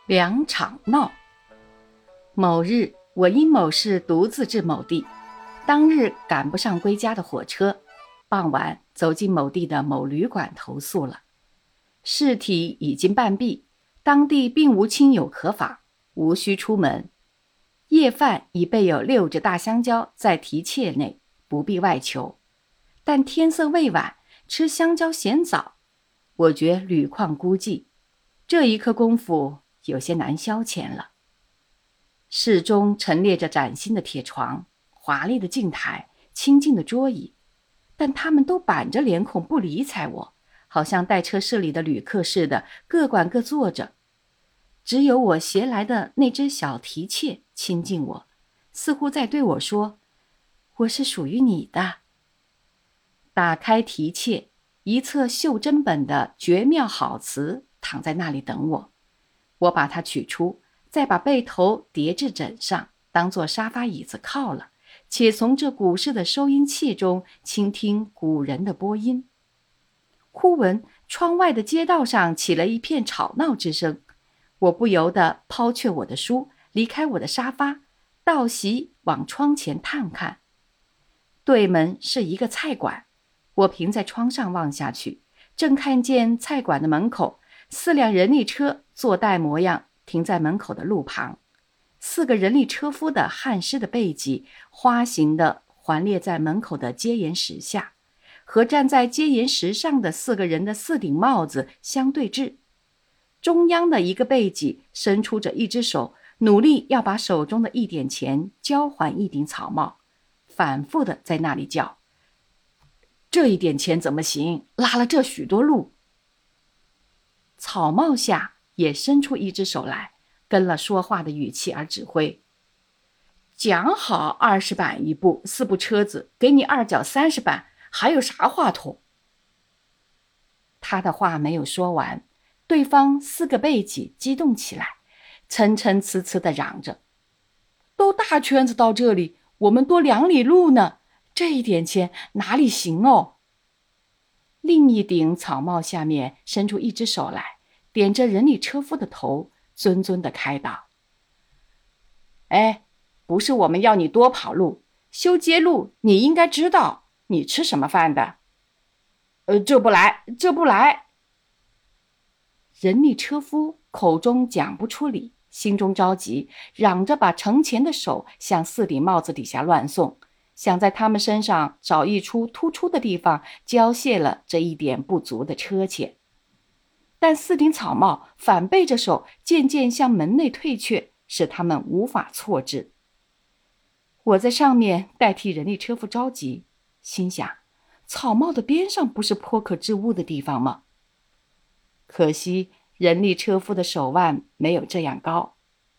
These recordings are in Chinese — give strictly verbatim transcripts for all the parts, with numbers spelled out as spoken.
两场闹。某日，我因某事独自至某地，当日赶不上归家的火车，傍晚走进某地的某旅馆投宿了。事体已经办毕，当地并无亲友可访，无需出门。夜饭已备有六只大香蕉在提榭内，不必外求。但天色未晚，吃香蕉嫌早，我觉屡况孤寂，这一刻功夫有些难消遣了。室中陈列着崭新的铁床、华丽的镜台、清静的桌椅，但他们都板着脸孔不理睬我，好像待车室里的旅客似的，各管各坐着。只有我携来的那只小提榭亲近我，似乎在对我说：“我是属于你的。”打开提榭，一册袖珍本的绝妙好词躺在那里等我。我把它取出，再把背头叠至枕上，当作沙发椅子靠了，且从这古式的收音器中倾听古人的播音。忽闻窗外的街道上起了一片吵闹之声，我不由得抛却我的书，离开我的沙发，倒席往窗前探看。对门是一个菜馆，我凭在窗上望下去，正看见菜馆的门口四辆人力车坐待模样停在门口的路旁，四个人力车夫的汗湿的背脊花形地环列在门口的阶岩石下，和站在阶岩石上的四个人的四顶帽子相对峙。中央的一个背脊伸出着一只手，努力要把手中的一点钱交还一顶草帽，反复地在那里叫：“这一点钱怎么行？拉了这许多路。”草帽下也伸出一只手来，跟了说话的语气而指挥：“讲好二十板一部，四部车子，给你二角三十板，还有啥话头？”他的话没有说完，对方四个背脊激动起来，嗔嗔呲呲地嚷着：“都大圈子到这里，我们多两里路呢，这一点钱哪里行哦？”另一顶草帽下面伸出一只手来，点着人力车夫的头，谆谆地开道：“哎，不是我们要你多跑路，修街路你应该知道，你吃什么饭的？呃，这不来，这不来。”人力车夫口中讲不出理，心中着急，嚷着把程前的手向四顶帽子底下乱送，想在他们身上找一处突出的地方交卸了这一点不足的车钱。但四顶草帽反背着手渐渐向门内退却，使他们无法错置。我在上面代替人力车夫着急，心想草帽的边上不是颇可置物的地方吗？可惜人力车夫的手腕没有这样高。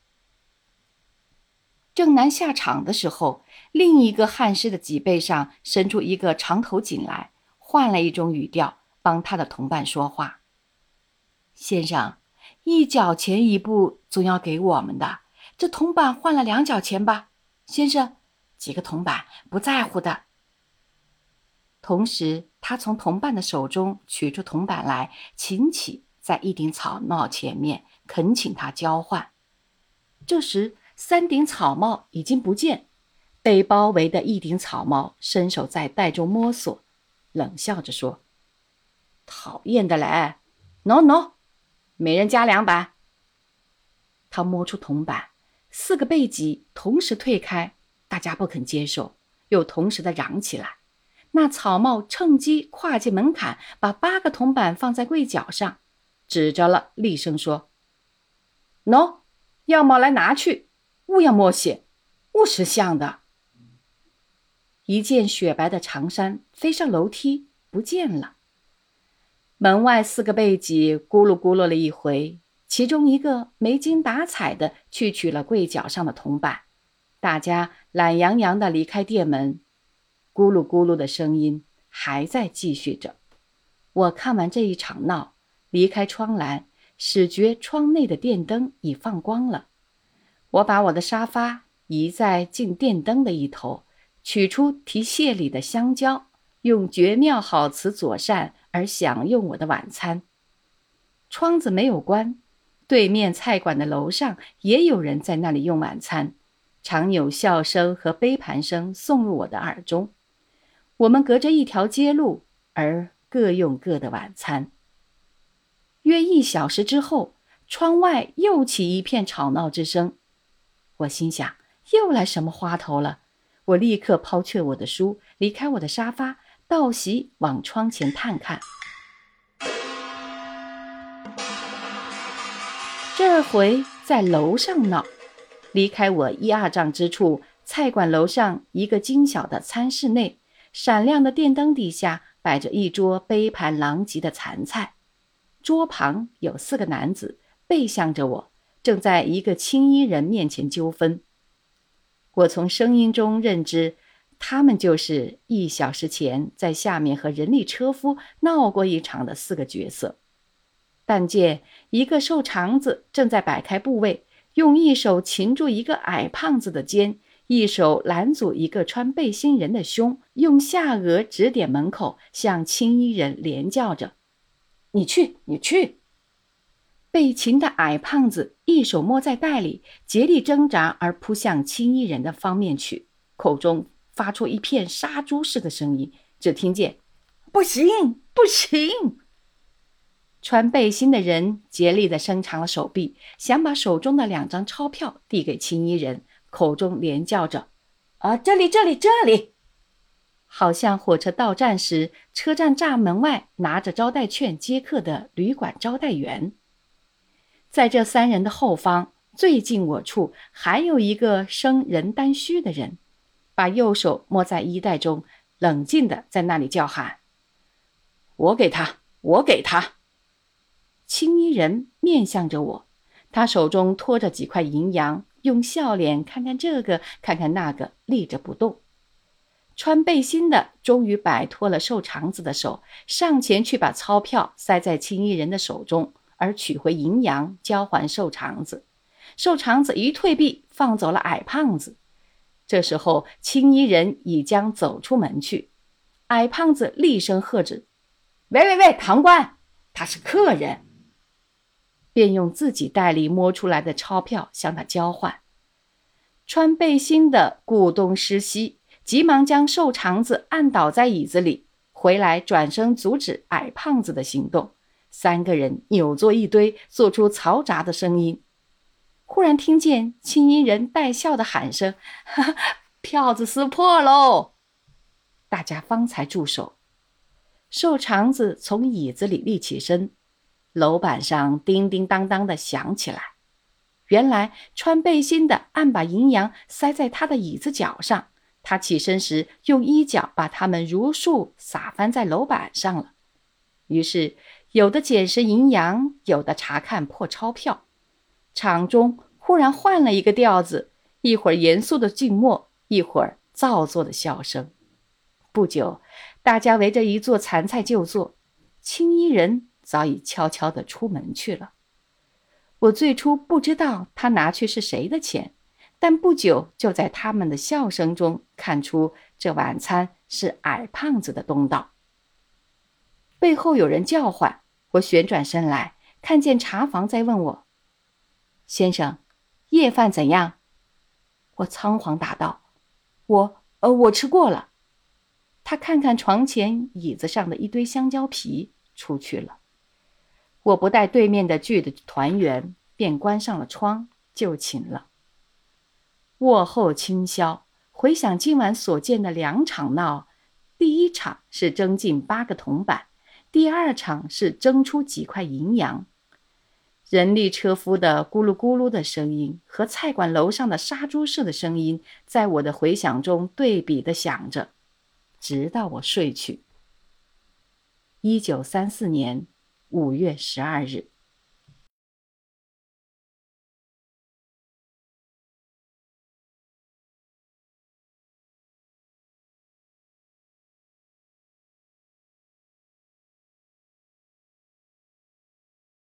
正难下场的时候，另一个汗湿的脊背上伸出一个长头颈来，换了一种语调帮他的同伴说话：“先生，一角钱一步总要给我们的，这铜板换了两角钱吧，先生，几个铜板不在乎的。”同时他从同伴的手中取出铜板来，擎起在一顶草帽前面，恳请他交换。这时三顶草帽已经不见，被包围的一顶草帽伸手在袋中摸索，冷笑着说：“讨厌的嘞，喏喏，每人加两板。”他摸出铜板，四个背脊同时退开，大家不肯接受，又同时的嚷起来。那草帽趁机跨进门槛，把八个铜板放在柜角上，指着了，厉声说：“喏，要么来拿去，勿要摸些，勿识相的。”一件雪白的长衫飞上楼梯不见了。门外四个背脊咕噜咕噜了一回，其中一个没精打采的去取了柜角上的铜板，大家懒洋洋地离开店门，咕噜咕噜的声音还在继续着。我看完这一场闹，离开窗栏，始觉窗内的电灯已放光了。我把我的沙发移在进电灯的一头，取出提榭里的香蕉，用绝妙好词佐膳而享用我的晚餐。窗子没有关， 对面菜馆的楼上也有人在那里用晚餐，常有笑声和杯盘声送入我的耳中。我们隔着一条街路，而各用各的晚餐。约一小时之后，窗外又起一片吵闹之声。我心想，又来什么花头了？我立刻抛却我的书，离开我的沙发，倒席往窗前探看。这回在楼上闹，离开我一二丈之处，菜馆楼上一个精小的餐室内，闪亮的电灯底下摆着一桌杯盘狼藉的残菜，桌旁有四个男子背向着我，正在一个青衣人面前纠纷。我从声音中认知，他们就是一小时前在下面和人力车夫闹过一场的四个角色。但见一个瘦肠子正在摆开部位，用一手擒住一个矮胖子的肩，一手拦阻一个穿背心人的胸，用下颚指点门口，向青衣人连叫着：“你去，你去！”被擒的矮胖子一手摸在袋里，竭力挣扎而扑向青衣人的方面去，口中发出一片杀猪似的声音，只听见“不行，不行！”穿背心的人竭力地伸长了手臂，想把手中的两张钞票递给青衣人，口中连叫着：“啊，这里，这里，这里！”好像火车到站时，车站栅门外拿着招待券接客的旅馆招待员。在这三人的后方，最近我处还有一个生人单须的人，把右手摸在衣袋中，冷静地在那里叫喊：“我给他，我给他！”青衣人面向着我，他手中托着几块银洋，用笑脸看看这个看看那个，立着不动。穿背心的终于摆脱了瘦肠子的手，上前去把钞票塞在青衣人的手中，而取回银洋交还瘦肠子。瘦肠子一退避，放走了矮胖子。这时候青衣人已将走出门去，矮胖子厉声喝止：“喂喂喂，堂官，他是客人！”便用自己袋里摸出来的钞票向他交换。穿背心的顾东失西，急忙将瘦肠子按倒在椅子里，回来转身阻止矮胖子的行动。三个人扭作一堆，做出嘈杂的声音。忽然听见青衣人带笑的喊声：“哈哈，票子撕破喽！”大家方才住手。瘦肠子从椅子里立起身，楼板上叮叮当当地响起来。原来穿背心的暗把银洋塞在他的椅子脚上，他起身时用衣角把它们如数撒翻在楼板上了。于是有的捡拾银洋，有的查看破钞票。场中忽然换了一个调子，一会儿严肃的静默，一会儿造作的笑声。不久，大家围着一座残菜就坐，青衣人早已悄悄地出门去了。我最初不知道他拿去是谁的钱，但不久就在他们的笑声中看出这晚餐是矮胖子的东道。背后有人叫唤，我旋转身来，看见茶房在问我：“先生，夜饭怎样？”我仓皇答道：“我呃，我吃过了。”他看看床前椅子上的一堆香蕉皮，出去了。我不待对面的聚的团圆，便关上了窗，就寝了。卧后清宵，回想今晚所见的两场闹，第一场是争进八个铜板，第二场是争出几块银洋。人力车夫的咕噜咕噜的声音和菜馆楼上的杀猪似的声音，在我的回响中对比地响着，直到我睡去。一九三四年五月十二日。